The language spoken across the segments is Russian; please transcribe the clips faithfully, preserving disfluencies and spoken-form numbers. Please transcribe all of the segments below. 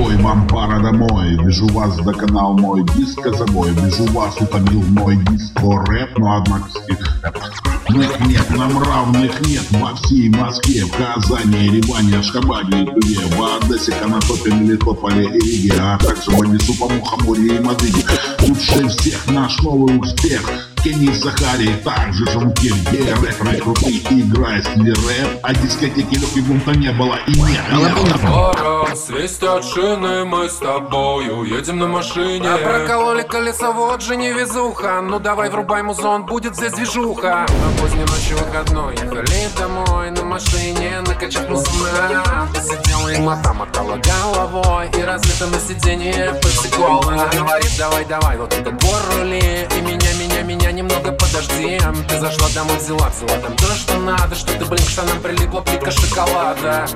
бой, вам пора домой. Вижу вас, доконал мой диско забой. Вижу вас, утомил мой диско-рэп. Но однако равных нет, нам равных нет во всей Москве, в Казани, Ереване, Ашхабаде и Туве, в Одессе, Конотопе, Мелитополе и Риге, а также в Одессу, по Мухоморье и Мадыге. Лучше всех наш новый успех Кении, Сахаре, также Жунке, где рэперы крутые играют в рэп, а дискотеки легкий бунта не было и нет. Вором свистят шины, мы с тобою едем на машине. А прокололи колесо, вот же невезуха. Ну давай врубай музон, будет здесь движуха. На поздней ночи выходной ехали домой на машине, накачав музона. Сидела и мота мотала головой, и разбито на сиденье подсекола. Говорит, давай, давай, вот этот двор рули, и меня, меня, меня немного подожди. Ты зашла домой, взяла, взяла там то, что надо. Что ты, блин, к штанам прилипла плитка шоколада.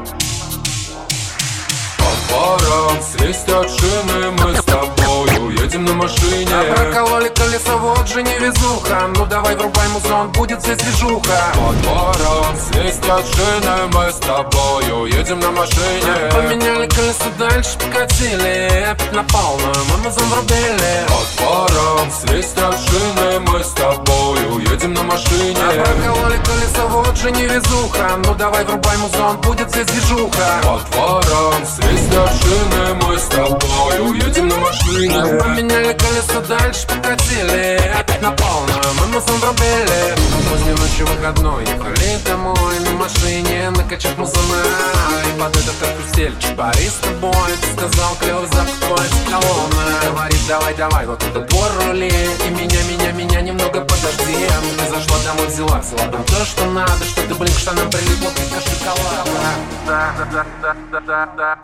Вором свистят шины, мы с тобою едем на машине. А прокололи колесо, вот же невезуха. Ну давай врубай музон, будет здесь движуха. Под вором свистят шины, мы с тобою едем на машине. Поменяли колесо, дальше покатили, опять на полную мы музон врубили. Под вором свистят шины, мы с тобою едем на машине. А прокололи колесо, вот же невезуха. Ну давай врубай музон, будет здесь движуха. Под вором свистят шины, мы с тобою едем на машине. Поменяли колесо, дальше покатили, опять на полную мы музон врубили. Поздней ночью выходной ехали домой на машине, накачав музона. И под этот хрустель чипари с тобой. Ты сказал, клёвый запах твой колонна. Говорит, давай, давай, вот этот двор рули, и меня, меня, меня немного подожди. Ты зашла домой, взяла, взяла там то, что надо. Что ты, блин, к штанам прилипла плитка шоколада. Да, да, да, да, да, да, да.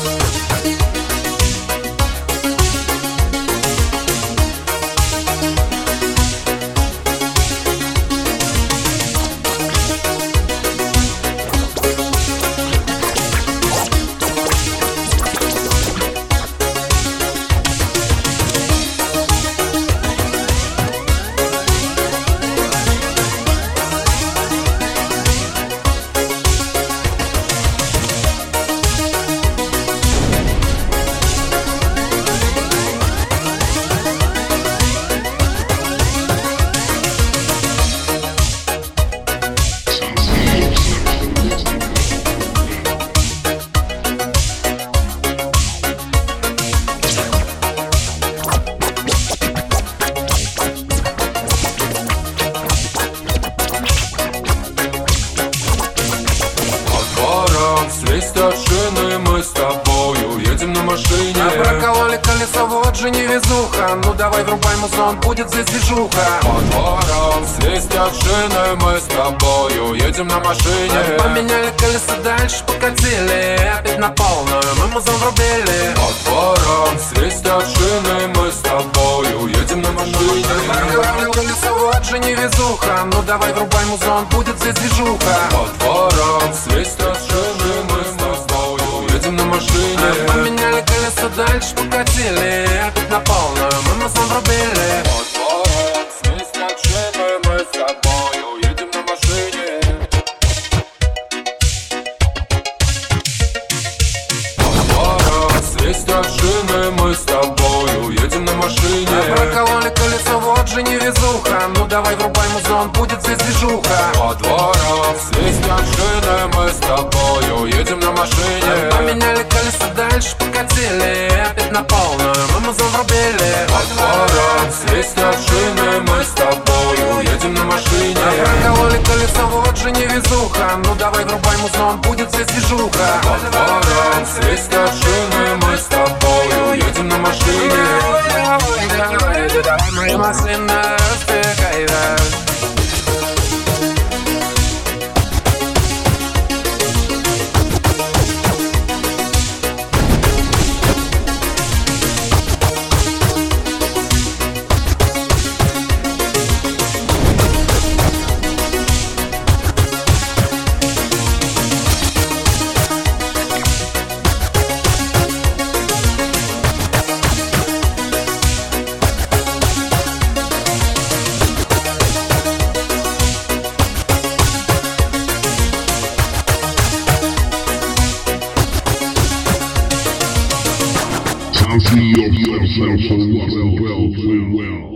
Свистят шины, мы с тобою едем на машине. А прокололи колесо, вот же невезуха. Ну давай врубай музон, будет здесь движуха. Под вором свистят шины, мы с тобою едем на машине. Поменяли колесо, дальше покатили, опять на полную мы музон врубили. Под вором свистят шины, мы с тобою едем на машине. Прокололи колесо, вот же невезуха. Ну давай врубай музон, будет здесь движуха. Под вором свистят шины, мы с тобою едем на машине. Поменяли колесо, дальше покатили, опять на полную мы музон врубили. Под вором свистят шины, мы с тобою едем на машине. Под вором свистят шины, мы с тобою едем на машине. А прокололи колесо, вот же невезуха. Ну давай врубай музон, будет здесь движуха. Под вором свистят шины, мы с тобою едем на машине. Поменяли колесо, дальше покатили, опять на полную мы музон врубили. Под вором свистят шины, мы с тобою едем на машине. А прокололи колесо, вот же невезуха. Ну давай врубай музон, будет здесь движуха. Под вором свистят шины, мы с тобою едем на машине. Мои масляные распекай, да. Now see yourself so well, well, well.